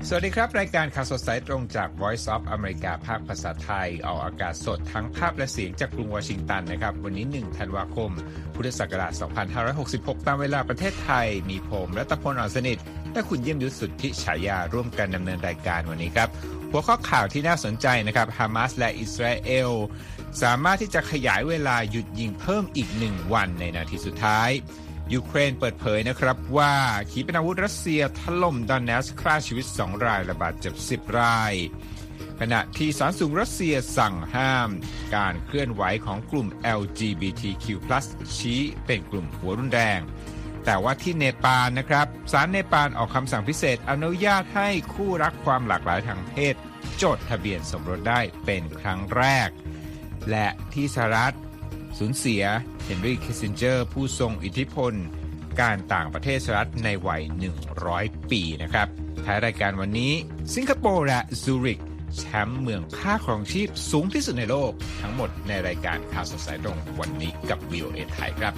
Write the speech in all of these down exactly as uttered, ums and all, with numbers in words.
สวัสดีครับรายการข่าวสดสายตรงจาก Voice of America ภาคภาษาไทยออกอากาศสดทั้งภาพและเสียงจากกรุงวอชิงตันนะครับวันนี้หนึ่งธันวาคมพุทธศักราชสองพันห้าร้อยหกสิบหกตามเวลาประเทศไทยมีผมรัตพล อ่อนสนิทและคุณเยี่ยมยุทธสุทธิฉายาร่วมกันดำเนินรายการวันนี้ครับหัวข้อข่าวที่น่าสนใจนะครับฮามาสและอิสราเอลสามารถที่จะขยายเวลาหยุดยิงเพิ่มอีกหนึ่งวันในนาทีสุดท้ายยูเครนเปิดเผยนะครับว่าขีปนาวุธรัสเซียถล่มดอนเนสฆ่าชีวิตสองรายและบาดเจ็บสิบรายขณะที่ศาลสูงรัสเซียสั่งห้ามการเคลื่อนไหวของกลุ่ม แอล จี บี ที คิว พลัส ชี้เป็นกลุ่มหัวรุนแรงแต่ว่าที่เนปาลนะครับศาลเนปาลออกคำสั่งพิเศษอนุญาตให้คู่รักความหลากหลายทางเพศจดทะเบียนสมรสได้เป็นครั้งแรกและที่สหรัฐสูญเสียเฮนรี่ คิสซินเจอร์ผู้ทรงอิทธิพลการต่างประเทศสหรัฐในวัยหนึ่งร้อยปีนะครับท้ายรายการวันนี้สิงคโปร์และซูริกแชมป์เมืองค่าครองชีพสูงที่สุดในโลกทั้งหมดในรายการข่าวสดสายตรงวันนี้กับ วี โอ เอ ไทยครับ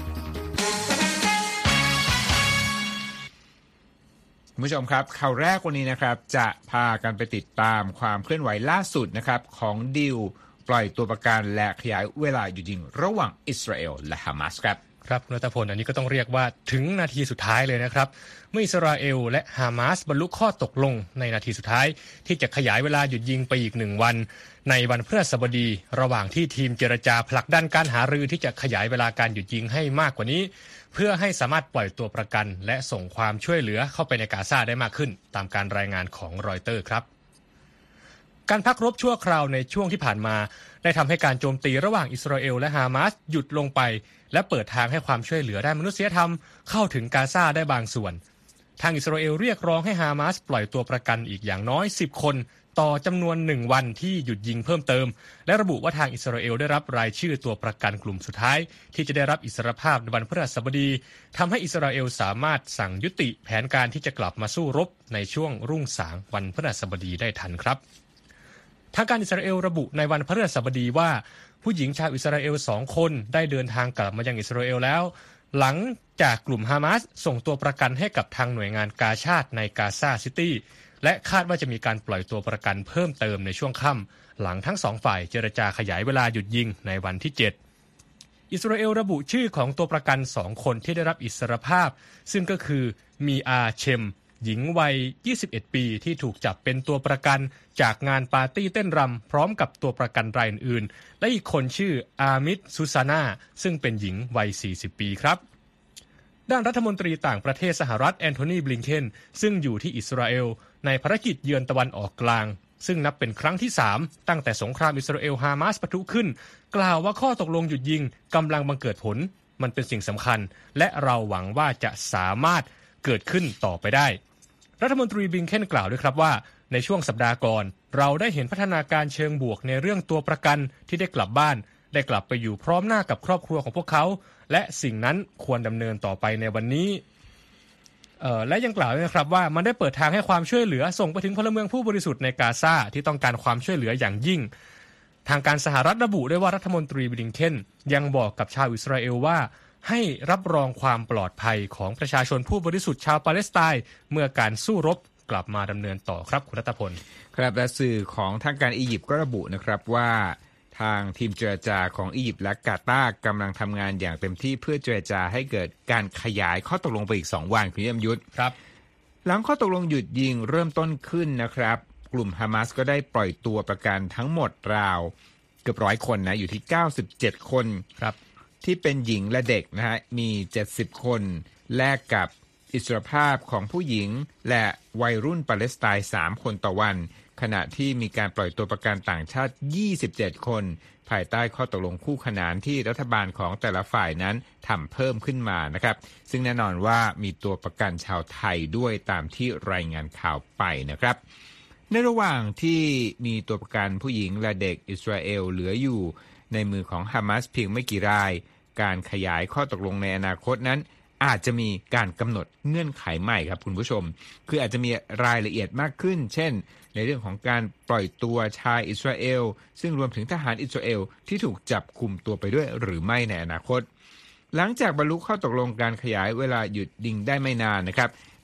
คุณผู้ชมครับข่าวแรกวันนี้นะครับจะพากันไปติดตามความเคลื่อนไหวล่าสุดนะครับของดีลปล่อยตัวประกันและขยายเวลาหยุดยิงระหว่างอิสราเอลและฮามาสครับครับรัฐพลอันนี้ก็ต้องเรียกว่าถึงนาทีสุดท้ายเลยนะครับเมื่ออิสราเอลและฮามาสบรรลุข้อตกลงในนาทีสุดท้ายที่จะขยายเวลาหยุดยิงไปอีกหนึ่งวันในวันพฤหัสบดีระหว่างที่ทีมเจรจาผลักดันการหารือที่จะขยายเวลาการหยุดยิงให้มากกว่านี้เพื่อให้สามารถปล่อยตัวประกันและส่งความช่วยเหลือเข้าไปในกาซาได้มากขึ้นตามการรายงานของรอยเตอร์ครับการพักรบชั่วคราวในช่วงที่ผ่านมาได้ทำให้การโจมตีระหว่างอิสราเอลและฮามาสหยุดลงไปและเปิดทางให้ความช่วยเหลือด้านมนุษยธรรมเข้าถึงกาซาได้บางส่วนทางอิสราเอลเรียกร้องให้ฮามาสปล่อยตัวประกันอีกอย่างน้อยสิบคนต่อจำนวนหนึ่งวันที่หยุดยิงเพิ่มเติมและระบุว่าทางอิสราเอลได้รับรายชื่อตัวประกันกลุ่มสุดท้ายที่จะได้รับอิสรภาพในวันพฤหัสบดีทำให้อิสราเอลสามารถสั่งยุติแผนการที่จะกลับมาสู้รบในช่วงรุ่งสางวันพฤหัสบดีได้ทันครับทางการอิสราเอลระบุในวันพฤหัสบดีว่าผู้หญิงชาวอิสราเอลสองคนได้เดินทางกลับมายังอิสราเอลแล้วหลังจากกลุ่มฮามาสส่งตัวประกันให้กับทางหน่วยงานกาชาดในกาซาซิตี้และคาดว่าจะมีการปล่อยตัวประกันเพิ่มเติมในช่วงค่ำหลังทั้งสองฝ่ายเจรจาขยายเวลาหยุดยิงในวันที่เจ็ดอิสราเอลระบุชื่อของตัวประกันสองคนที่ได้รับอิสรภาพซึ่งก็คือมีอาเชมหญิงวัยยี่สิบเอ็ดปีที่ถูกจับเป็นตัวประกันจากงานปาร์ตี้เต้นรำพร้อมกับตัวประกันรายอื่นๆและอีกคนชื่ออามิดซูซาน่าซึ่งเป็นหญิงวัยสี่สิบปีครับด้านรัฐมนตรีต่างประเทศสหรัฐแอนโทนีบลิงเคนซึ่งอยู่ที่อิสราเอลในภารกิจเยือนตะวันออกกลางซึ่งนับเป็นครั้งที่สามตั้งแต่สงครามอิสราเอลฮามาสปะทุขึ้นกล่าวว่าข้อตกลงหยุดยิงกำลังบังเกิดผลมันเป็นสิ่งสำคัญและเราหวังว่าจะสามารถเกิดขึ้นต่อไปได้รัฐมนตรีบลิงเคนกล่าวด้วยครับว่าในช่วงสัปดาห์ก่อนเราได้เห็นพัฒนาการเชิงบวกในเรื่องตัวประกันที่ได้กลับบ้านได้กลับไปอยู่พร้อมหน้ากับครอบครัวของพวกเขาและสิ่งนั้นควรดำเนินต่อไปในวันนี้เอ่อและยังกล่าวด้วยนะครับว่ามันได้เปิดทางให้ความช่วยเหลือส่งไปถึงพลเมืองผู้บริสุทธิ์ในกาซาที่ต้องการความช่วยเหลืออย่างยิ่งทางการสหรัฐระบุด้วยว่ารัฐมนตรีบลิงเคนยังบอกกับชาวอิสราเอลว่าให้รับรองความปลอดภัยของประชาชนผู้บริสุทธิ์ชาวปาเลสไตน์เมื่อการสู้รบกลับมาดำเนินต่อครับคุณรัตพลครับและสื่อของทางการอียิปต์ก็ระบุนะครับว่าทางทีมเจรจาของอียิปต์และกาตาร์กำลังทำงานอย่างเต็มที่เพื่อเจรจาให้เกิดการขยายข้อตกลงไปอีกสองวันคุณเยี่ยมยุทธครับหลังข้อตกลงหยุดยิงเริ่มต้นขึ้นนะครับกลุ่มฮามาสก็ได้ปล่อยตัวประกันทั้งหมดราวเกือบร้อยคนนะอยู่ที่เก้าสิบเจ็ดคนครับที่เป็นหญิงและเด็กนะฮะมีเจ็ดสิบคนแลกกับอิสรภาพของผู้หญิงและวัยรุ่นปาเลสไตน์สามคนต่อวันขณะที่มีการปล่อยตัวประกันต่างชาติยี่สิบเจ็ดคนภายใต้ข้อตกลงคู่ขนานที่รัฐบาลของแต่ละฝ่ายนั้นทำเพิ่มขึ้นมานะครับซึ่งแน่นอนว่ามีตัวประกันชาวไทยด้วยตามที่รายงานข่าวไปนะครับในระหว่างที่มีตัวประกันผู้หญิงและเด็กอิสราเอลเหลืออยู่ในมือของฮามาสเพียงไม่กี่รายการขยายข้อตกลงในอนาคตนั้นอาจจะมีการกำหนดเงื่อนไขใหม่ครับคุณผู้ชมคืออาจจะมีรายละเอียดมากขึ้นเช่นในเรื่องของการปล่อยตัวชายอิสราเอลซึ่งรวมถึงทหารอิสราเอลที่ถูกจับกุมตัวไปด้วยหรือไม่ในอนาคตหลังจากบรรลุข้อตกลงการขยายเวลาหยุดยิงได้ไม่นานนะครับ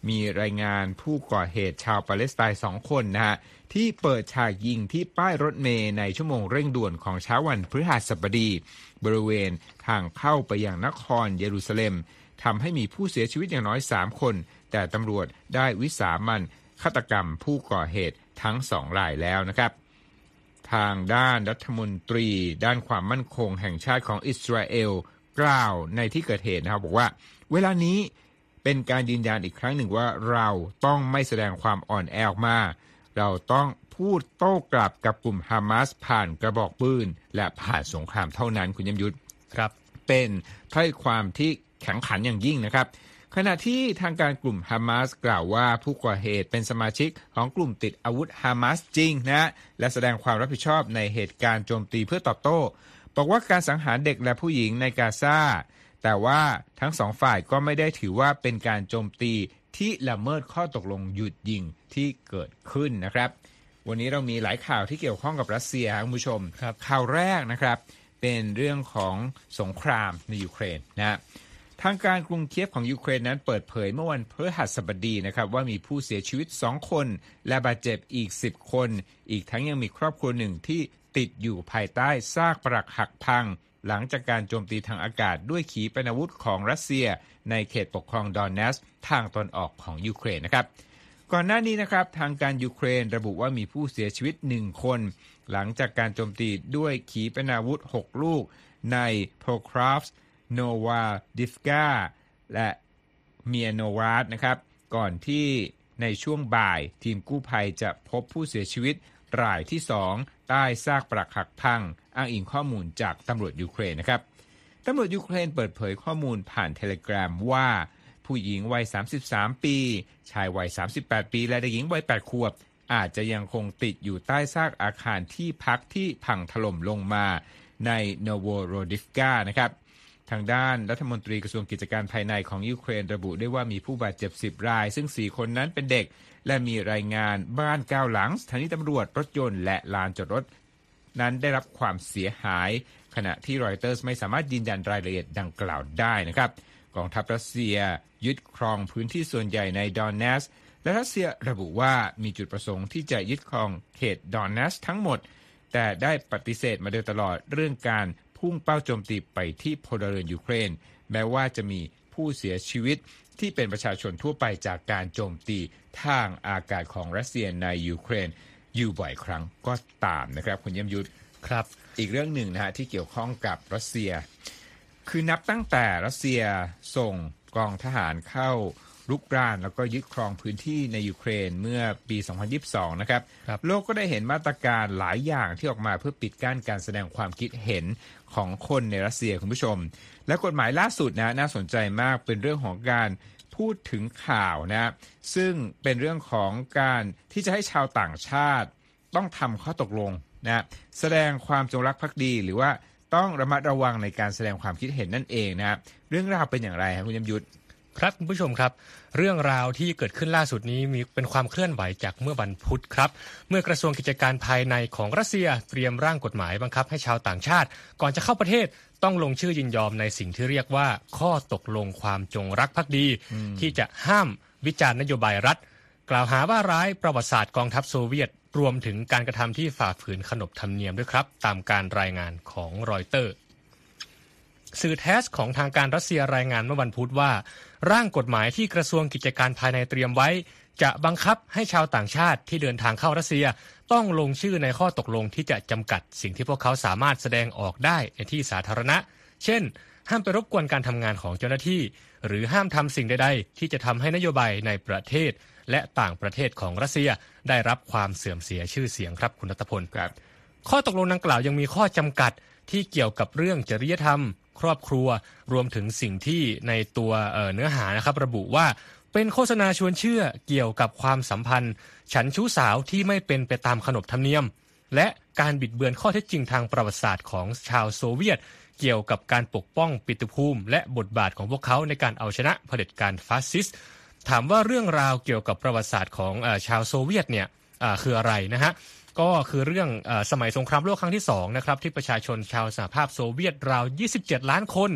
มีรายงานผู้ก่อเหตุชาวปาเลสไตน์สองคนนะฮะที่เปิดฉากยิงที่ป้ายรถเมล์ในชั่วโมงเร่งด่วนของเช้าวันพฤหัสบดีบริเวณทางเข้าไปยังนครเยรูซาเล็มทำให้มีผู้เสียชีวิตอย่างน้อยสามคนแต่ตำรวจได้วิสามันฆาตกรรมผู้ก่อเหตุทั้งสองรายแล้วนะครับทางด้านรัฐมนตรีด้านความมั่นคงแห่งชาติของอิสราเอลกล่าวในที่เกิดเหตุนะครับบอกว่าเวลานี้เป็นการยืนยันอีกครั้งหนึ่งว่าเราต้องไม่แสดงความอ่อนแอออกมาเราต้องพูดโต้กลับกับกลุ่มฮามาสผ่านกระบอกปืนและผ่านสงครามเท่านั้นคุณยมยุทธครับเป็นถ้อยความที่แข็งขันอย่างยิ่งนะครับขณะที่ทางการกลุ่มฮามาสกล่าวว่าผู้ก่อเหตุเป็นสมาชิกของกลุ่มติดอาวุธฮามาสจริงนะและแสดงความรับผิดชอบในเหตุการณ์โจมตีเพื่อตอบโต้บอกว่าการสังหารเด็กและผู้หญิงในกาซาแต่ว่าทั้งสองฝ่ายก็ไม่ได้ถือว่าเป็นการโจมตีที่ละเมิดข้อตกลงหยุดยิงที่เกิดขึ้นนะครับวันนี้เรามีหลายข่าวที่เกี่ยวข้องกับรัสเซียคุณผู้ชมข่าวแรกนะครับเป็นเรื่องของสงครามในยูเครนนะทางการกรุงเคียฟของยูเครนนั้นเปิดเผยเมื่อวันพฤหัสบดีนะครับว่ามีผู้เสียชีวิตสองคนและบาดเจ็บอีกสิบคนอีกทั้งยังมีครอบครัวหนึ่งที่ติดอยู่ภายใต้ซากปรักหักพังหลังจากการโจมตีทางอากาศด้วยขีปนาวุธของรัสเซียในเขตปกครองดอนเนสทางตอนออกของยูเครนนะครับก่อนหน้านี้นะครับทางการยูเครนระบุว่ามีผู้เสียชีวิตหนึ่งคนหลังจากการโจมตีด้วยขีปนาวุธหกลูกในโพครอฟส์โนวาดิฟกาและเมียโนวาดนะครับก่อนที่ในช่วงบ่ายทีมกู้ภัยจะพบผู้เสียชีวิตรายที่สองใต้ซากปรักหักพังอ้างอิงข้อมูลจากตำรวจยูเครนนะครับตำรวจยูเครนเปิดเผยข้อมูลผ่านเทเลกรามว่าผู้หญิงวัยสามสิบสามปีชายวัยสามสิบแปดปีและเด็กหญิงวัยแปดขวบอาจจะยังคงติดอยู่ใต้ซากอาคารที่พักที่พังถล่มลงมาในโนโวโรดิฟกานะครับทางด้านรัฐมนตรีกระทรวงกิจการภายในของยูเครนระบุได้ว่ามีผู้บาดเจ็บสิบรายซึ่งสี่คนนั้นเป็นเด็กและมีรายงานบ้านเก้าหลังสถานีตำรวจรถยนต์และลานจอดรถนั้นได้รับความเสียหายขณะที่รอยเตอร์สไม่สามารถยืนยันรายละเอียดดังกล่าวได้นะครับกองทัพรัสเซียยึดครองพื้นที่ส่วนใหญ่ในดอนเนสและรัสเซียระบุว่ามีจุดประสงค์ที่จะยึดครองเขตดอนเนสทั้งหมดแต่ได้ปฏิเสธมาโดยตลอดเรื่องการพุ่งเป้าโจมตีไปที่พลเรือนยูเครนแม้ว่าจะมีผู้เสียชีวิตที่เป็นประชาชนทั่วไปจากการโจมตีทางอากาศของรัสเซียในยูเครนอยู่บ่อยครั้งก็ตามนะครับคุณเยี่ยมยุทธครับอีกเรื่องหนึ่งนะฮะที่เกี่ยวข้องกับรัสเซียคือนับตั้งแต่รัสเซียส่งกองทหารเข้ารุกรานแล้วก็ยึดครองพื้นที่ในยูเครนเมื่อปีสองพันยี่สิบสองนะครับโลกก็ได้เห็นมาตรการหลายอย่างที่ออกมาเพื่อปิดกั้นการแสดงความคิดเห็นของคนในรัสเซียคุณผู้ชมและกฎหมายล่าสุดนะน่าสนใจมากเป็นเรื่องของการพูดถึงข่าวนะซึ่งเป็นเรื่องของการที่จะให้ชาวต่างชาติต้องทำข้อตกลงนะแสดงความจงรักภักดีหรือว่าต้องระมัดระวังในการแสดงความคิดเห็นนั่นเองนะเรื่องราวเป็นอย่างไรครับคุณยมยุทธครับคุณผู้ชมครับเรื่องราวที่เกิดขึ้นล่าสุดนี้มีเป็นความเคลื่อนไหวจากเมื่อวันพุธครับเมื่อกระทรวงกิจการภายในของรัสเซียเตรียมร่างกฎหมายบังคับให้ชาวต่างชาติก่อนจะเข้าประเทศต้องลงชื่อยินยอมในสิ่งที่เรียกว่าข้อตกลงความจงรักภักดีที่จะห้ามวิจารณ์นโยบายรัฐกล่าวหาว่าร้ายประวัติศาสตร์กองทัพโซเวียตรวมถึงการกระทำที่ฝ่าฝืนขนบธรรมเนียมด้วยครับตามการรายงานของรอยเตอร์สื่อแทสของทางการรัสเซียรายงานเมื่อวันพุธว่าร่างกฎหมายที่กระทรวงกิจการภายในเตรียมไว้จะบังคับให้ชาวต่างชาติที่เดินทางเข้ารัสเซียต้องลงชื่อในข้อตกลงที่จะจำกัดสิ่งที่พวกเขาสามารถแสดงออกได้ในที่สาธารณะเช่นห้ามไปรบกวนการทำงานของเจ้าหน้าที่หรือห้ามทำสิ่งใดๆที่จะทำให้นโยบายในประเทศและต่างประเทศของรัสเซียได้รับความเสื่อมเสียชื่อเสียงครับคุณณัฐพลครับข้อตกลงดังกล่าวยังมีข้อจำกัดที่เกี่ยวกับเรื่องจริยธรรมครอบครัวรวมถึงสิ่งที่ในตัวเอ่อเนื้อหานะครับระบุว่าเป็นโฆษณาชวนเชื่อเกี่ยวกับความสัมพันธ์ฉันชู้สาวที่ไม่เป็นไปตามขนบธรรมเนียมและการบิดเบือนข้อเท็จจริงทางประวัติศาสตร์ของชาวโซเวียตเกี่ยวกับการปกป้องปิตุภูมิและบทบาทของพวกเขาในการเอาชนะเผด็จการฟาสซิสต์ถามว่าเรื่องราวเกี่ยวกับประวัติศาสตร์ของเอ่อชาวโซเวียตเนี่ยเอ่อคืออะไรนะฮะก็คือเรื่องเอ่อสมัยสงครามโลกครั้งที่สองนะครับที่ประชาชนชาวสหภาพโซเวียตราวยี่สิบเจ็ดล้านคน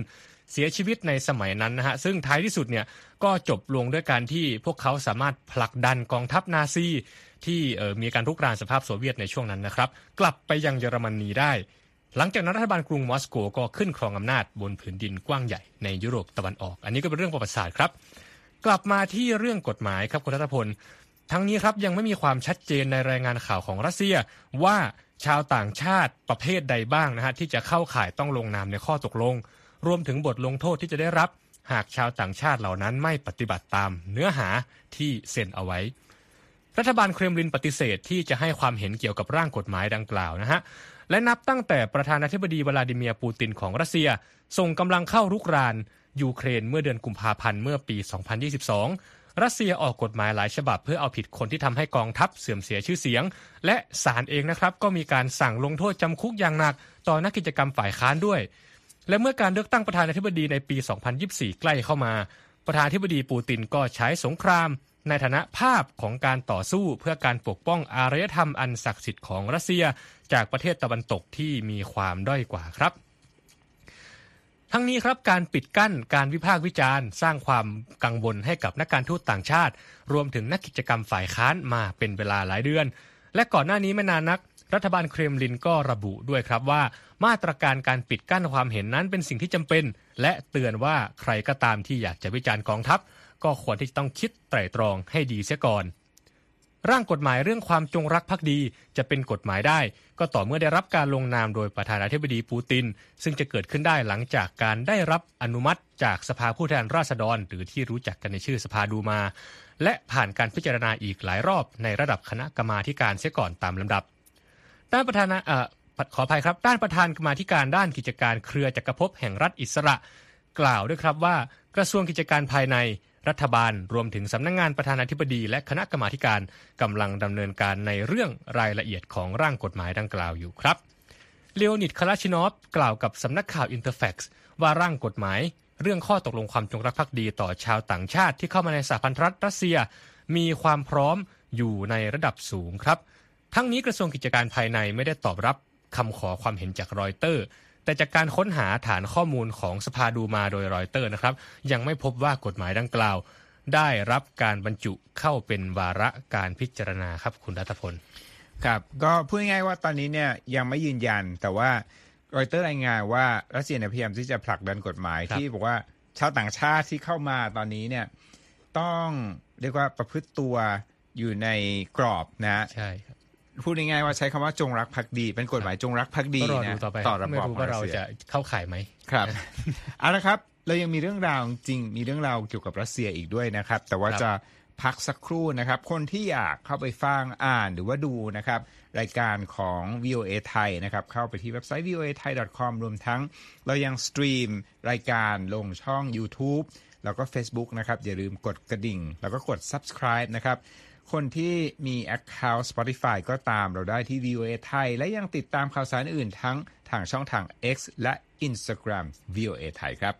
เสียชีวิตในสมัยนั้นนะฮะซึ่งท้ายที่สุดเนี่ยก็จบลงด้วยการที่พวกเขาสามารถผลักดันกองทัพนาซีที่มีการรุกรานสภาพโซเวียตในช่วงนั้นนะครับกลับไปยังเยอรมนีได้หลังจากนั้นรัฐบาลกรุงมอสโกก็ขึ้นครองอำนาจบนผืนดินกว้างใหญ่ในยุโรปตะวันออกอันนี้ก็เป็นเรื่องประวัติศาสตร์ครับกลับมาที่เรื่องกฎหมายครับคุณรัตพลทั้งนี้ครับยังไม่มีความชัดเจนในรายงานข่าวของรัสเซียว่าชาวต่างชาติประเภทใดบ้างนะฮะที่จะเข้าข่ายต้องลงนามในข้อตกลงรวมถึงบทลงโทษที่จะได้รับหากชาวต่างชาติเหล่านั้นไม่ปฏิบัติตามเนื้อหาที่เซ็นเอาไว้รัฐบาลเครมลินปฏิเสธที่จะให้ความเห็นเกี่ยวกับร่างกฎหมายดังกล่าวนะฮะและนับตั้งแต่ประธานาธิบดีวลาดิเมียร์ปูตินของรัสเซียส่งกำลังเข้ารุกรานยูเครนเมื่อเดือนกุมภาพันธ์เมื่อปี สองพันยี่สิบสอง รัสเซียออกกฎหมายหลายฉบับเพื่อเอาผิดคนที่ทำให้กองทัพเสื่อมเสียชื่อเสียงและศาลเองนะครับก็มีการสั่งลงโทษจำคุกอย่างหนักต่อนักกิจกรรมฝ่ายค้านด้วยและเมื่อการเลือกตั้งประธานาธิบดีในปี สองพันยี่สิบสี่ ใกล้เข้ามาประธานาธิบดีปูตินก็ใช้สงครามในฐานะภาพของการต่อสู้เพื่อการปกป้องอารยธรรมอันศักดิ์สิทธิ์ของรัสเซียจากประเทศตะวันตกที่มีความด้อยกว่าครับทั้งนี้ครับการปิดกั้นการวิพากษ์วิจารณ์สร้างความกังวลให้กับนักการทูตต่างชาติรวมถึงนักกิจกรรมฝ่ายค้านมาเป็นเวลาหลายเดือนและก่อนหน้านี้ไม่นานนักรัฐบาลเครมลินก็ระบุด้วยครับว่ามาตรการการปิดกั้นความเห็นนั้นเป็นสิ่งที่จำเป็นและเตือนว่าใครก็ตามที่อยากจะวิจารณ์กองทัพก็ควรที่จะต้องคิดไตร่ตรองให้ดีเสียก่อนร่างกฎหมายเรื่องความจงรักภักดีจะเป็นกฎหมายได้ก็ต่อเมื่อได้รับการลงนามโดยประธานาธิบดีปูตินซึ่งจะเกิดขึ้นได้หลังจากการได้รับอนุมัติจากสภาผู้แทนราษฎรหรือที่รู้จักกันในชื่อสภาดูมาและผ่านการพิจารณาอีกหลายรอบในระดับคณะกรรมาธิการเสียก่อนตามลำดับด้านประธานาเอ่อขออภัยครับด้านประธานกรรมาธิการด้านกิจการเครือจักรภพแห่งรัฐอิสระกล่าวด้วยครับว่ากระทรวงกิจการภายในรัฐบาลรวมถึงสำนักงานประธานาธิบดีและคณะกรรมาการกำลังดำเนินการในเรื่องรายละเอียดของร่างกฎหมายดังกล่าวอยู่ครับเลโอนิด คาลาชินอฟกล่าวกับสำนักข่าวอินเตอร์แฟกซ์ว่าร่างกฎหมายเรื่องข้อตกลงความจงรักภักดีต่อชาวต่างชาติที่เข้ามาในสหพันธรัฐรัสเซียมีความพร้อมอยู่ในระดับสูงครับทั้งนี้กระทรวงกิจการภายในไม่ได้ตอบรับคำขอความเห็นจากรอยเตอร์แต่จากการค้นหาฐานข้อมูลของสภาดูมาโดยรอยเตอร์นะครับยังไม่พบว่ากฎหมายดังกล่าวได้รับการบรรจุเข้าเป็นวาระการพิจารณาครับคุณรัตพลครับก็พูดง่ายๆว่าตอนนี้เนี่ยยังไม่ยืนยันแต่ว่ารอยเตอร์รายงานว่ารัสเซียพยายามที่จะผลักดันกฎหมายที่บอกว่าชาวต่างชาติที่เข้ามาตอนนี้เนี่ยต้องเรียกว่าประพฤติตัวอยู่ในกรอบนะใช่ครับพูดง่ายๆว่าใช้คำว่าจงรักภักดีเป็นกฎหมายจงรักภักดีนะต่อระบอบว่าเราจะเข้าข่ายไหมครับเอาละครับเรายังมีเรื่องราวจริงมีเรื่องราวเกี่ยวกับรัสเซียอีกด้วยนะครับแต่ว่าจะพักสักครู่นะครับคนที่อยากเข้าไปฟังอ่านหรือว่าดูนะครับรายการของ วี โอ เอ ไทยนะครับเข้าไปที่เว็บไซต์ วี โอ เอ ไทย ดอท คอม รวมทั้งเรายังสตรีมรายการลงช่อง YouTube แล้วก็ Facebook นะครับอย่าลืมกดกระดิ่งแล้วก็กด Subscribe นะครับคนที่มี Account Spotify ก็ตามเราได้ที่ วี โอ เอ ไทยและยังติดตามข่าวสารอื่นทั้งทางช่องทาง X และ Instagram วี โอ เอ ไทยครับ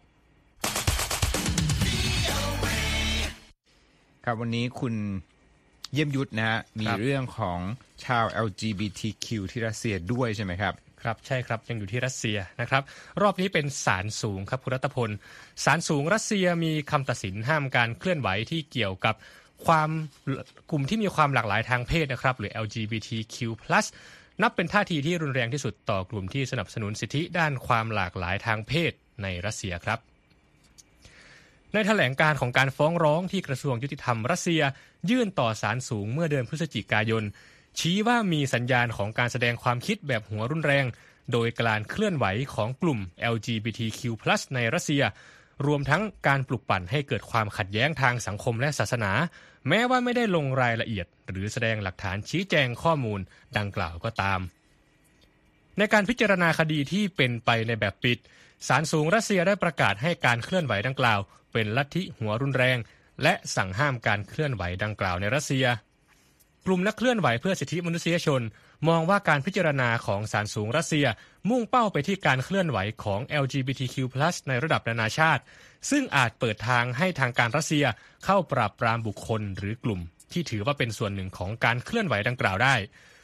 ครับวันนี้คุณเยี่ยมยุทธนะฮะมีเรื่องของชาว แอล จี บี ที คิว ที่รัสเซียด้วยใช่ไหมครับครับใช่ครับยังอยู่ที่รัสเซียนะครับรอบนี้เป็นศาลสูงครับคุณรัตพลศาลสูงรัสเซียมีคำตัดสินห้ามการเคลื่อนไหวที่เกี่ยวกับความกลุ่มที่มีความหลากหลายทางเพศนะครับหรือ แอล จี บี ที คิว พลัส นับเป็นท่าทีที่รุนแรงที่สุดต่อกลุ่มที่สนับสนุนสิทธิด้านความหลากหลายทางเพศในรัสเซียครับในแถลงการของการฟ้องร้องที่กระทรวงยุติธรรมรัสเซียยื่นต่อศาลสูงเมื่อเดือนพฤศจิกายนชี้ว่ามีสัญญาณของการแสดงความคิดแบบหัวรุนแรงโดยการเคลื่อนไหวของกลุ่ม แอล จี บี ที คิว พลัส ในรัสเซียรวมทั้งการปลุกปั่นให้เกิดความขัดแย้งทางสังคมและศาสนาแม้ว่าไม่ได้ลงรายละเอียดหรือแสดงหลักฐานชี้แจงข้อมูลดังกล่าวก็ตามในการพิจารณาคดีที่เป็นไปในแบบปิดศาลสูงรัสเซียได้ประกาศให้การเคลื่อนไหวดังกล่าวเป็นลัทธิหัวรุนแรงและสั่งห้ามการเคลื่อนไหวดังกล่าวในรัสเซียกลุ่มนักเคลื่อนไหวเพื่อสิทธิมนุษยชนมองว่าการพิจารณาของศาลสูงรัสเซียมุ่งเป้าไปที่การเคลื่อนไหวของ แอล จี บี ที คิว พลัส ในระดับนานาชาติซึ่งอาจเปิดทางให้ทางการรัสเซียเข้าปราบปรามบุคคลหรือกลุ่มที่ถือว่าเป็นส่วนหนึ่งของการเคลื่อนไหวดังกล่าวได้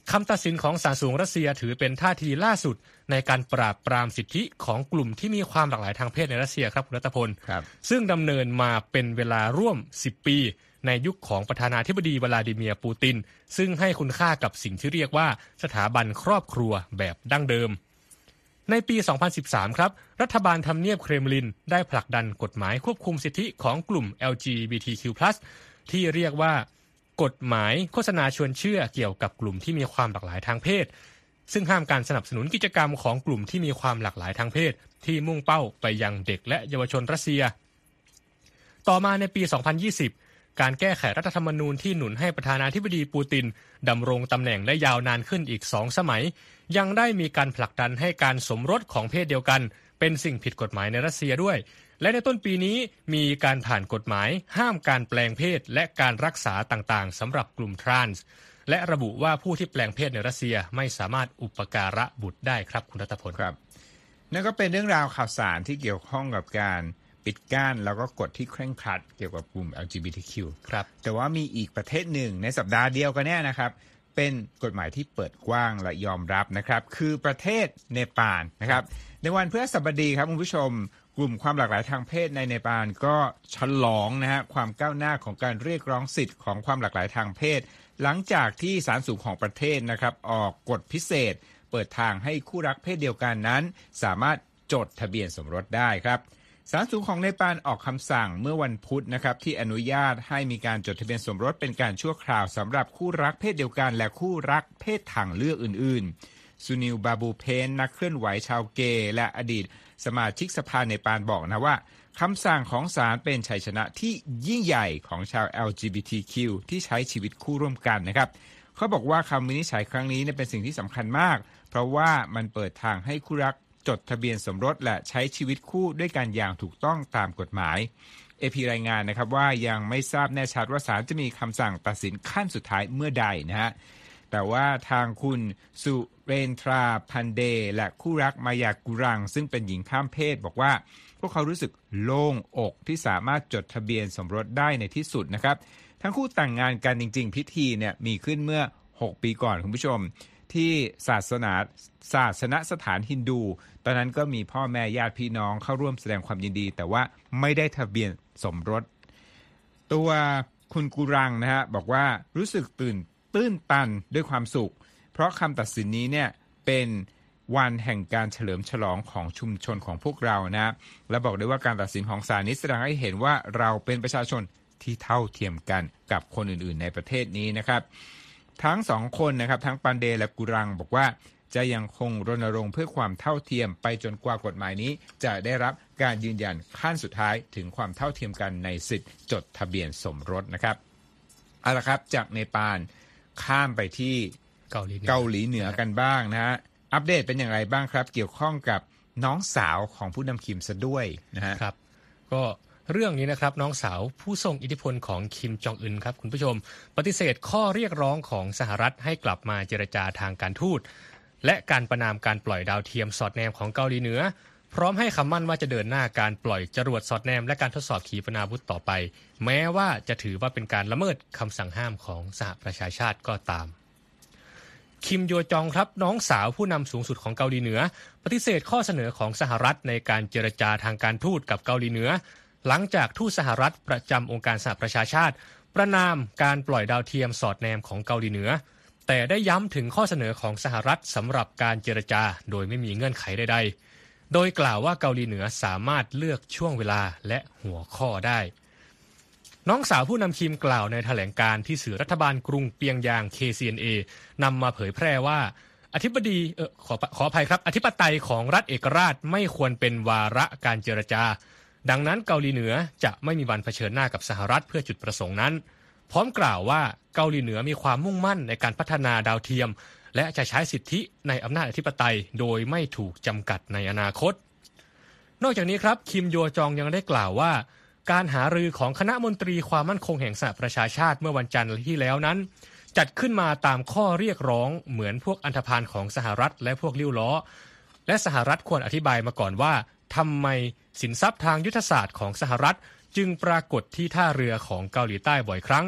คำตัดสินของศาลสูงรัสเซียถือเป็นท่าทีล่าสุดในการปราบปรามสิทธิของกลุ่มที่มีความหลากหลายทางเพศในรัสเซียครับคุณรัตพลซึ่งดำเนินมาเป็นเวลาร่วมสิบปีในยุคของประธานาธิบดีวลาดิเมียร์ปูตินซึ่งให้คุณค่ากับสิ่งที่เรียกว่าสถาบันครอบครัวแบบดั้งเดิมในปี สองพันสิบสาม ครับรัฐบาลทำเนียบเครมลินได้ผลักดันกฎหมายควบคุมสิทธิของกลุ่ม แอล จี บี ที คิว พลัส ที่เรียกว่ากฎหมายโฆษณาชวนเชื่อเกี่ยวกับกลุ่มที่มีความหลากหลายทางเพศซึ่งห้ามการสนับสนุนกิจกรรมของกลุ่มที่มีความหลากหลายทางเพศที่มุ่งเป้าไปยังเด็กและเยาวชนรัสเซียต่อมาในปี สองพันยี่สิบ การแก้ไขรัฐธรรมนูญที่หนุนให้ประธานาธิบดีปูตินดำรงตำแหน่งได้ยาวนานขึ้นอีกสองสมัยยังได้มีการผลักดันให้การสมรสของเพศเดียวกันเป็นสิ่งผิดกฎหมายในรัสเซียด้วยและในต้นปีนี้มีการผ่านกฎหมายห้ามการแปลงเพศและการรักษาต่างๆสำหรับกลุ่มทรานส์และระบุว่าผู้ที่แปลงเพศในรัสเซียไม่สามารถอุปการะบุตรได้ครับคุณรัตพลครับนั่นก็เป็นเรื่องราวข่าวสารที่เกี่ยวข้องกับการปิดกั้นแล้วก็กฎที่เคร่งครัดเกี่ยวกับกลุ่ม แอล จี บี ที คิวครับแต่ว่ามีอีกประเทศหนึ่งในสัปดาห์เดียวกันแน่นะครับเป็นกฎหมายที่เปิดกว้างและยอมรับนะครับคือประเทศเนปาลนะครับในวันพฤหัสบดีครับคุณผู้ชมกลุ่มความหลากหลายทางเพศในเนปาลก็ฉลองนะฮะความก้าวหน้าของการเรียกร้องสิทธิ์ของความหลากหลายทางเพศหลังจากที่ศาลสูงของประเทศนะครับออกกฎพิเศษเปิดทางให้คู่รักเพศเดียวกันนั้นสามารถจดทะเบียนสมรสได้ครับศาลสูงของเนปาลออกคำสั่งเมื่อวันพุธนะครับที่อนุญาตให้มีการจดทะเบียนสมรสเป็นการชั่วคราวสำหรับคู่รักเพศเดียวกันและคู่รักเพศทางเลือกอื่นๆซูนิลบาบูเพนนักเคลื่อนไหวชาวเกย์และอดีตสมาชิกสภาเนปาลบอกนะว่าคำสั่งของศาลเป็นชัยชนะที่ยิ่งใหญ่ของชาว แอล จี บี ที คิว ที่ใช้ชีวิตคู่ร่วมกันนะครับเขาบอกว่าคำวินิจฉัยครั้งนี้เป็นสิ่งที่สำคัญมากเพราะว่ามันเปิดทางให้คู่รักจดทะเบียนสมรสและใช้ชีวิตคู่ด้วยกันอย่างถูกต้องตามกฎหมาย เอ พี รายงานนะครับว่ายังไม่ทราบแน่ชัดว่าศาลจะมีคำสั่งตัดสินขั้นสุดท้ายเมื่อใดนะฮะแต่ว่าทางคุณสุเรนทราพันเดและคู่รักมายากุรังซึ่งเป็นหญิงข้ามเพศบอกว่าพวกเขารู้สึกโล่งอกที่สามารถจดทะเบียนสมรสได้ในที่สุดนะครับทั้งคู่แต่งงานกันจริงๆพิธีเนี่ยมีขึ้นเมื่อหกปีก่อนคุณผู้ชมที่ศาสนาศาสนสถานฮินดูตอนนั้นก็มีพ่อแม่ญาติพี่น้องเข้าร่วมแสดงความยินดีแต่ว่าไม่ได้ทะเบียนสมรสตัวคุณกุรังนะฮะบอกว่ารู้สึกตื่นตื้นตันด้วยความสุขเพราะคำตัดสินนี้เนี่ยเป็นวันแห่งการเฉลิมฉลองของชุมชนของพวกเรานะและบอกได้ว่าการตัดสินของศาลนี้แสดงให้เห็นว่าเราเป็นประชาชนที่เท่าเทียมกันกับคนอื่นๆในประเทศนี้นะครับทั้งสองคนนะครับทั้งปันเดและกุรังบอกว่าจะยังคงรณรงค์เพื่อความเท่าเทียมไปจนกว่ากฎหมายนี้จะได้รับการยืนยันขั้นสุดท้ายถึงความเท่าเทียมกันในสิทธิจดทะเบียนสมรสนะครับเอาละครับจากเนปาลข้ามไปที่เกาหลีเกาหลีเหนือกันบ้างนะฮะอัปเดตเป็นอย่างไรบ้างครับเกี่ยวข้องกับน้องสาวของผู้นำคิมซะด้วยนะฮะครับก็เรื่องนี้นะครับน้องสาวผู้ทรงอิทธิพลของคิมจองอึนครับคุณผู้ชมปฏิเสธข้อเรียกร้องของสหรัฐให้กลับมาเจรจาทางการทูตและการประนามการปล่อยดาวเทียมสอดแนมของเกาหลีเหนือพร้อมให้คำมั่นว่าจะเดินหน้าการปล่อยจรวดสอดแนมและการทดสอบขีปนาวุธต่อไปแม้ว่าจะถือว่าเป็นการละเมิดคำสั่งห้ามของสหประชาชาติก็ตามคิมโยจองครับน้องสาวผู้นำสูงสุดของเกาหลีเหนือปฏิเสธข้อเสนอของสหรัฐในการเจรจาทางการทูตกับเกาหลีเหนือหลังจากทูตสหรัฐประจำองค์การสหประชาชาติประณามการปล่อยดาวเทียมสอดแนมของเกาหลีเหนือแต่ได้ย้ำถึงข้อเสนอของสหรัฐสำหรับการเจรจาโดยไม่มีเงื่อนไขใดๆโดยกล่าวว่าเกาหลีเหนือสามารถเลือกช่วงเวลาและหัวข้อได้น้องสาวผู้นำคิมกล่าวในแถลงการที่สื่อรัฐบาลกรุงเปียงยาง เค ซี เอ็น เอ นำมาเผยแพร่ว่าอธิบดีเออขอขออภัยครับอธิปไตยของรัฐเอกราชไม่ควรเป็นวาระการเจรจาดังนั้นเกาหลีเหนือจะไม่มีวันเผชิญหน้ากับสหรัฐเพื่อจุดประสงค์นั้นพร้อมกล่าวว่าเกาหลีเหนือมีความมุ่งมั่นในการพัฒนาดาวเทียมและจะใช้สิทธิในอำนาจอธิปไตยโดยไม่ถูกจำกัดในอนาคตนอกจากนี้ครับคิมโยจองยังได้กล่าวว่าการหารือของคณะมนตรีความมั่นคงแห่งสหประชาชาติเมื่อวันจันทร์ที่แล้วนั้นจัดขึ้นมาตามข้อเรียกร้องเหมือนพวกอันธพาลของสหรัฐและพวกลิ้วล้อและสหรัฐควรอธิบายมาก่อนว่าทำไมสินทรัพย์ทางยุทธศาสตร์ของสหรัฐจึงปรากฏที่ท่าเรือของเกาหลีใต้บ่อยครั้ง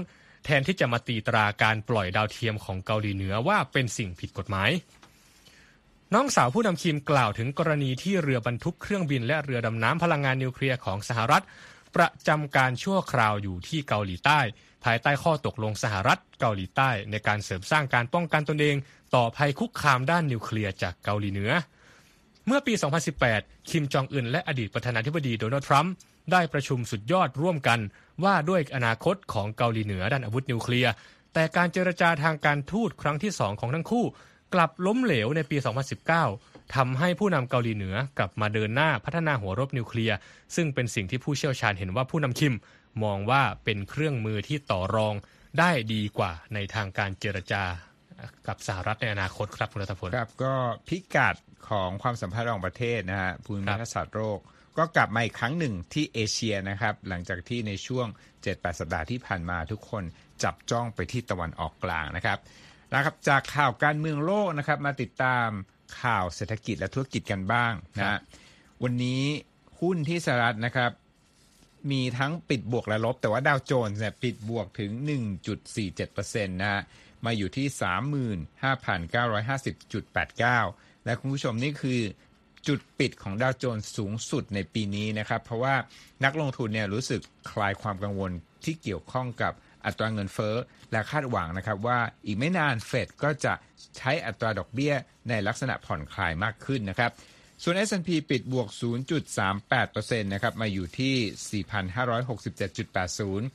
แทนที่จะมาตีตราการปล่อยดาวเทียมของเกาหลีเหนือว่าเป็นสิ่งผิดกฎหมายน้องสาวผู้นำคิมกล่าวถึงกรณีที่เรือบรรทุกเครื่องบินและเรือดำน้ำพลังงานนิวเคลียร์ของสหรัฐประจำการชั่วคราวอยู่ที่เกาหลีใต้ภายใต้ข้อตกลงสหรัฐเกาหลีใต้ในการเสริมสร้างการป้องกันตนเองต่อภัยคุกคามด้านนิวเคลียร์จากเกาหลีเหนือเมื่อปี สองพันสิบแปด คิมจองอึนและอดีตประธานาธิบดีโดนัลด์ทรัมป์ได้ประชุมสุดยอดร่วมกันว่าด้วยอนาคตของเกาหลีเหนือด้านอาวุธนิวเคลียร์แต่การเจรจาทางการทูตครั้งที่สองของทั้งคู่กลับล้มเหลวในปี สองพันสิบเก้า ทำให้ผู้นำเกาหลีเหนือกลับมาเดินหน้าพัฒนาหัวรบนิวเคลียร์ซึ่งเป็นสิ่งที่ผู้เชี่ยวชาญเห็นว่าผู้นำคิมมองว่าเป็นเครื่องมือที่ต่อรองได้ดีกว่าในทางการเจรจากับสหรัฐในอนาคตครับคุณรัตพลครับก็พิกัดของความสัมพันธ์ระหว่างประเทศนะฮะภูมิรัฐศาสตร์โลกก็กลับมาอีกครั้งหนึ่งที่เอเชียนะครับหลังจากที่ในช่วง เจ็ดแปด สัปดาห์ที่ผ่านมาทุกคนจับจ้องไปที่ตะวันออกกลางนะครับนะครับจากข่าวการเมืองโลกนะครับมาติดตามข่าวเศรษฐกิจและธุรกิจกันบ้างนะวันนี้หุ้นที่สหรัฐนะครับมีทั้งปิดบวกและลบแต่ว่าดาวโจนส์เนี่ยปิดบวกถึง หนึ่งจุดสี่เจ็ดเปอร์เซ็นต์ นะฮะมาอยู่ที่ สามหมื่นห้าพันเก้าร้อยห้าสิบจุดแปดเก้า และคุณผู้ชมนี่คือจุดปิดของดาวโจนส์สูงสุดในปีนี้นะครับเพราะว่านักลงทุนเนี่ยรู้สึกคลายความกังวลที่เกี่ยวข้องกับอัตราเงินเฟ้อและคาดหวังนะครับว่าอีกไม่นานเฟดก็จะใช้อัตราดอกเบี้ยในลักษณะผ่อนคลายมากขึ้นนะครับส่วน เอส แอนด์ พี ปิดบวก ศูนย์จุดสามแปดเปอร์เซ็นต์ นะครับมาอยู่ที่ สี่พันห้าร้อยหกสิบเจ็ดจุดแปดศูนย์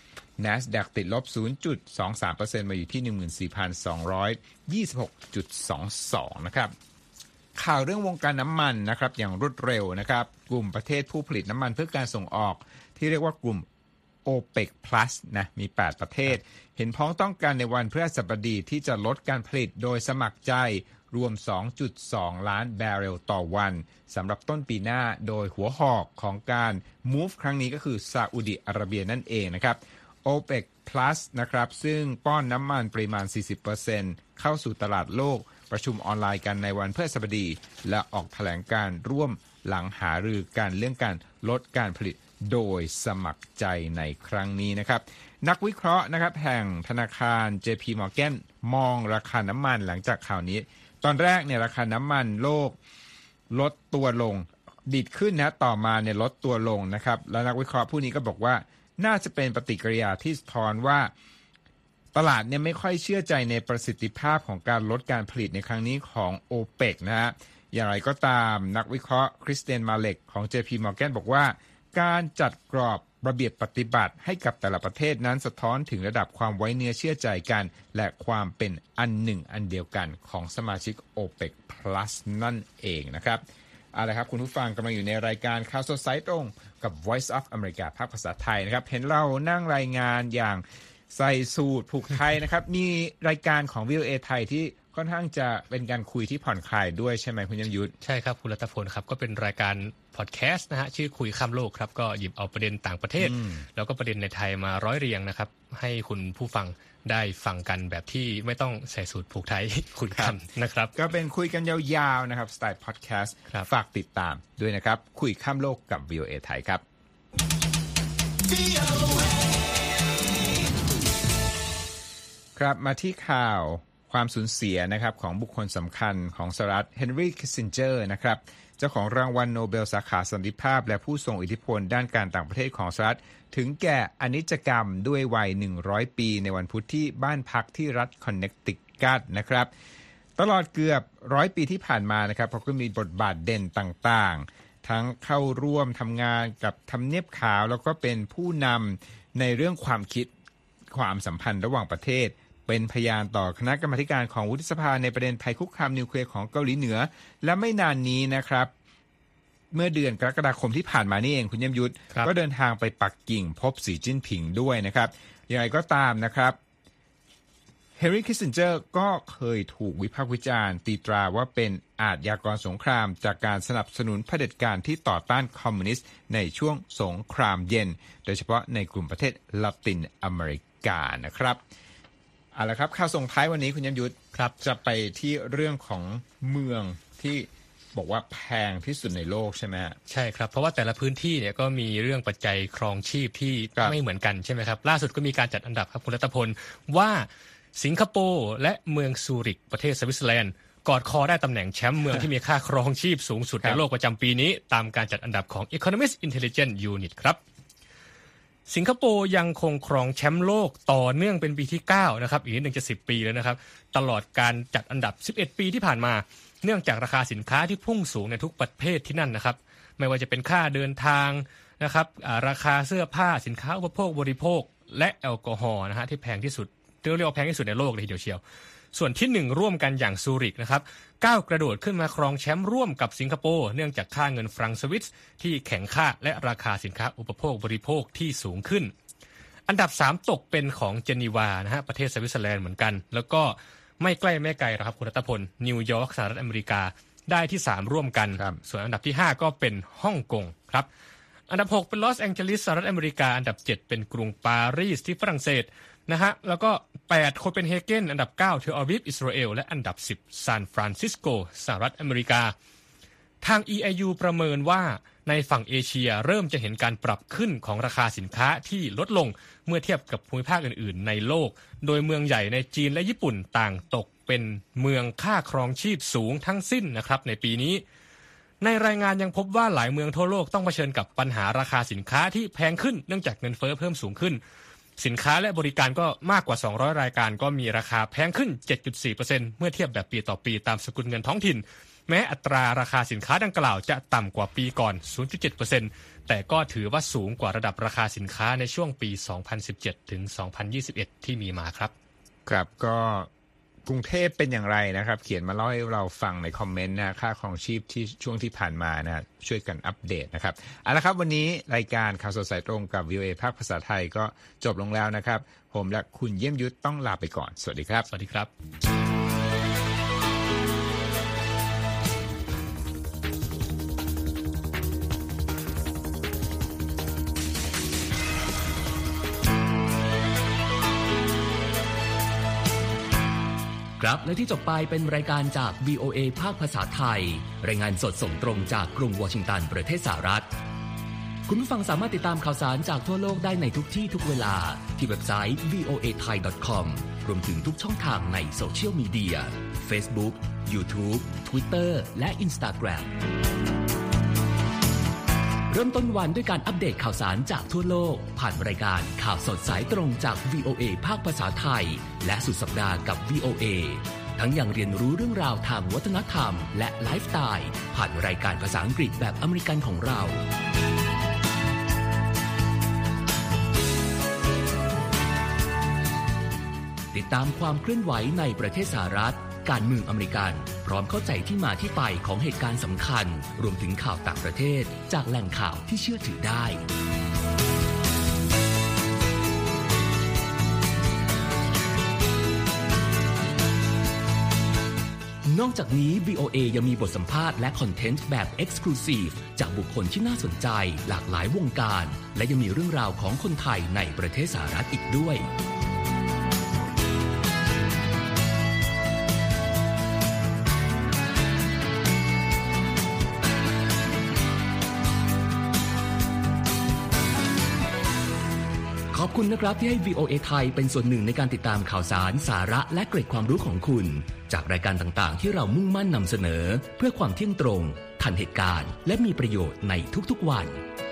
NASDAQ ติดลบ ศูนย์จุดสองสามเปอร์เซ็นต์ มาอยู่ที่ หนึ่งหมื่นสี่พันสองร้อยยี่สิบหกจุดสองสอง นะครับข่าวเรื่องวงการน้ำมันนะครับอย่างรวดเร็วนะครับกลุ่มประเทศผู้ผลิตน้ำมันเพื่อการส่งออกที่เรียกว่ากลุ่ม โอเปก พลัส นะมีแปดประเทศเห็นพ้องต้องกันในวันพฤหัสบดีที่จะลดการผลิตโดยสมัครใจรวม สองจุดสอง ล้านบาร์เรลต่อวันสำหรับต้นปีหน้าโดยหัวหอกของการ move ครั้งนี้ก็คือซาอุดิอาระเบียนั่นเองนะครับ โอเปก พลัส นะครับซึ่งป้อนน้ำมันปริมาณ สี่สิบเปอร์เซ็นต์ เข้าสู่ตลาดโลกประชุมออนไลน์กันในวันพฤหัสบดีและออกแถลงการร่วมหลังหารือกันเรื่องการลดการผลิตโดยสมัครใจในครั้งนี้นะครับนักวิเคราะห์นะครับแห่งธนาคาร เจ พี Morgan มองราคาน้ำมันหลังจากข่าวนี้ตอนแรกเนี่ยราคาน้ำมันโลกลดตัวลงดีดขึ้นนะต่อมาเนี่ยลดตัวลงนะครับแล้วนักวิเคราะห์ผู้นี้ก็บอกว่าน่าจะเป็นปฏิกิริยาที่สะท้อนว่าตลาดเนี่ยไม่ค่อยเชื่อใจในประสิทธิภาพของการลดการผลิตในครั้งนี้ของ โอเปก นะฮะอย่างไรก็ตามนักวิเคราะห์คริสเตียนมาเลกของ เจ พี Morgan บอกว่าการจัดกรอบระเบียบปฏิบัติให้กับแต่ละประเทศนั้นสะท้อนถึงระดับความไว้เนื้อเชื่อใจกันและความเป็นอันหนึ่งอันเดียวกันของสมาชิก โอเปก พลัส นั่นเองนะครับเอาละครับคุณผู้ฟังกำลังอยู่ในรายการข่าวสดสายตรงกับ Voice of America ภาคภาษาไทยนะครับเห็นเรานั่งรายงานอย่างใส่สูทผูกไทยนะครับมีรายการของ วี โอ เอ ไทยที่ค่อนข้างจะเป็นการคุยที่ผ่อนคลายด้วยใช่ไหมคุณยมยุทธใช่ครับคุณรัตพลครับก็เป็นรายการพอดแคสต์นะฮะชื่อคุยข้ามโลกครับก็หยิบเอาประเด็นต่างประเทศแล้วก็ประเด็นในไทยมาร้อยเรียงนะครับให้คุณผู้ฟังได้ฟังกันแบบที่ไม่ต้องใส่สูทผูกไทยคุณคำนะครับก็เป็นคุยกันยาวๆนะครับสไตล์พอดแคสต์ฝากติดตามด้วยนะครับคุยข้ามโลกกับ วี โอ เอ ไทยครับครับมาที่ข่าวความสูญเสียนะครับของบุคคลสำคัญของสหรัฐเฮนรี่ คิสซินเจอร์นะครับเจ้าของรางวัลโนเบลสาขาสันติภาพและผู้ทรงอิทธิพลด้านการต่างประเทศของสหรัฐถึงแก่อนิจกรรมด้วยวัยหนึ่งร้อยปีในวันพุธที่บ้านพักที่รัฐคอนเนคติคัตนะครับตลอดเกือบร้อยปีที่ผ่านมานะครับเขาก็มีบทบาทเด่นต่างๆทั้งเข้าร่วมทำงานกับทำเนียบขาวแล้วก็เป็นผู้นำในเรื่องความคิดความสัมพันธ์ระหว่างประเทศเป็นพยานต่อคณะกรรมาธิการของวุฒิสภาในประเด็นภัยคุกคามนิวเคลียร์ของเกาหลีเหนือและไม่นานนี้นะครับเมื่อเดือนกรกฎาคมที่ผ่านมานี่เองคุณยมยุทธก็เดินทางไปปักกิ่งพบสีจิ้นผิงด้วยนะครับอย่างไรก็ตามนะครับเฮนรี่ คิสซินเจอร์ก็เคยถูกวิพากษ์วิจารณ์ตีตราว่าเป็นอาชญากรสงครามจากการสนับสนุนเผด็จการที่ต่อต้านคอมมิวนิสต์ในช่วงสงครามเย็นโดยเฉพาะในกลุ่มประเทศละตินอเมริกานะครับเอาละครับข่าวส่งท้ายวันนี้คุณยมยุทธครับจะไปที่เรื่องของเมืองที่บอกว่าแพงที่สุดในโลกใช่ไหมใช่ครับเพราะว่าแต่ละพื้นที่เนี่ยก็มีเรื่องปัจจัยครองชีพที่ไม่เหมือนกันใช่ไหมครับล่าสุดก็มีการจัดอันดับครับคุณรัตพลว่าสิงคโปร์และเมืองซูริกประเทศสวิตเซอร์แลนด์กอดคอได้ตำแหน่งแชมป์เมืองที่มีค่าครองชีพสูงสุดในโลกประจำปีนี้ตามการจัดอันดับของ Economist Intelligence Unit ครับสิงคโปร์ยังคงครองแชมป์โลกต่อเนื่องเป็นปีที่เก้านะครับอีกนิดนึงจะสิบปีแล้วนะครับตลอดการจัดอันดับสิบเอ็ดปีที่ผ่านมาเนื่องจากราคาสินค้าที่พุ่งสูงในทุกประเภทที่นั่นนะครับไม่ว่าจะเป็นค่าเดินทางนะครับราคาเสื้อผ้าสินค้าอุปโภคบริโภคและแอลกอฮอล์นะฮะที่แพงที่สุดเรียกว่าแพงที่สุดในโลกเลยทีเดียวเชียวส่วนที่หนึ่งร่วมกันอย่างซูริกนะครับก้าวกระโดดขึ้นมาครองแชมป์ร่วมกับสิงคโปร์เนื่องจากค่าเงินฟรังก์สวิสที่แข็งค่าและราคาสินค้าอุปโภคบริโภคที่สูงขึ้นอันดับสามตกเป็นของเจนีวานะฮะประเทศสวิตเซอร์แลนด์เหมือนกันแล้วก็ไม่ใกล้ไม่ไกลหรอกครับคุณรัตพลนิวยอร์กสหรัฐอเมริกาได้ที่สามร่วมกันส่วนอันดับที่ห้าก็เป็นฮ่องกงครับอันดับหกเป็นลอสแองเจลิสสหรัฐอเมริกาอันดับเจ็ดเป็นกรุงปารีสที่ฝรั่งเศสนะฮะแล้วก็แปดโคเปนเฮเกนอันดับเก้าเทลอาวีฟอิสราเอลและอันดับสิบซานฟรานซิสโกสหรัฐอเมริกาทาง อี ไอ ยู ประเมินว่าในฝั่งเอเชียเริ่มจะเห็นการปรับขึ้นของราคาสินค้าที่ลดลงเมื่อเทียบกับภูมิภาคอื่นๆในโลกโดยเมืองใหญ่ในจีนและญี่ปุ่นต่างตกเป็นเมืองค่าครองชีพสูงทั้งสิ้นนะครับในปีนี้ในรายงานยังพบว่าหลายเมืองทั่วโลกต้องเผชิญกับปัญหาราคาสินค้าที่แพงขึ้นเนื่องจากเงินเฟ้อเพิ่มสูงขึ้นสินค้าและบริการก็มากกว่าสองร้อยรายการก็มีราคาแพงขึ้น เจ็ดจุดสี่เปอร์เซ็นต์ เมื่อเทียบแบบปีต่อปีตามสกุลเงินท้องถิ่นแม้อัตราราคาสินค้าดังกล่าวจะต่ำกว่าปีก่อน ศูนย์จุดเจ็ดเปอร์เซ็นต์ แต่ก็ถือว่าสูงกว่าระดับราคาสินค้าในช่วงปี สองพันสิบเจ็ด ถึง สองพันยี่สิบเอ็ด ที่มีมาครับครับก็กรุงเทพเป็นอย่างไรนะครับเขียนมาเล่าให้เราฟังในคอมเมนต์นะค่าครองชีพที่ช่วงที่ผ่านมานะช่วยกันอัปเดตนะครับเอาละครับวันนี้รายการข่าวสดสายตรงกับ วี โอ เอ ภาคภาษาไทยก็จบลงแล้วนะครับผมและคุณเยี่ยมยุทธต้องลาไปก่อนสวัสดีครับสวัสดีครับครับและที่จบไปเป็นรายการจาก วี โอ เอ ภาคภาษาไทยรายงานสดส่งตรงจากกรุงวอชิงตันประเทศสหรัฐคุณผู้ฟังสามารถติดตามข่าวสารจากทั่วโลกได้ในทุกที่ทุกเวลาที่เว็บไซต์ วี โอ เอ ไทย ดอท คอม รวมถึงทุกช่องทางในโซเชียลมีเดีย Facebook YouTube Twitter และ Instagram เริ่มต้นวันด้วยการอัปเดตข่าวสารจากทั่วโลกผ่านรายการข่าวสดสายตรงจาก วี โอ เอ ภาคภาษาไทยและสุดสัปดาห์กับ วี โอ เอ ทั้งยังเรียนรู้เรื่องราวทางวัฒนธรรมและไลฟ์สไตล์ผ่านรายการภาษาอังกฤษแบบอเมริกันของเราติดตามความเคลื่อนไหวในประเทศสหรัฐการเมืองอเมริกันพร้อมเข้าใจที่มาที่ไปของเหตุการณ์สำคัญรวมถึงข่าวต่างประเทศจากแหล่งข่าวที่เชื่อถือได้นอกจากนี้ วี โอ เอ ยังมีบทสัมภาษณ์และคอนเทนต์แบบ Exclusive จากบุคคลที่น่าสนใจหลากหลายวงการและยังมีเรื่องราวของคนไทยในประเทศสหรัฐอีกด้วยขอบคุณนะครับที่ให้ วี โอ เอ ไทยเป็นส่วนหนึ่งในการติดตามข่าวสารสาระและเกร็ดความรู้ของคุณจากรายการต่างๆที่เรามุ่งมั่นนำเสนอเพื่อความเที่ยงตรงทันเหตุการณ์และมีประโยชน์ในทุกๆวัน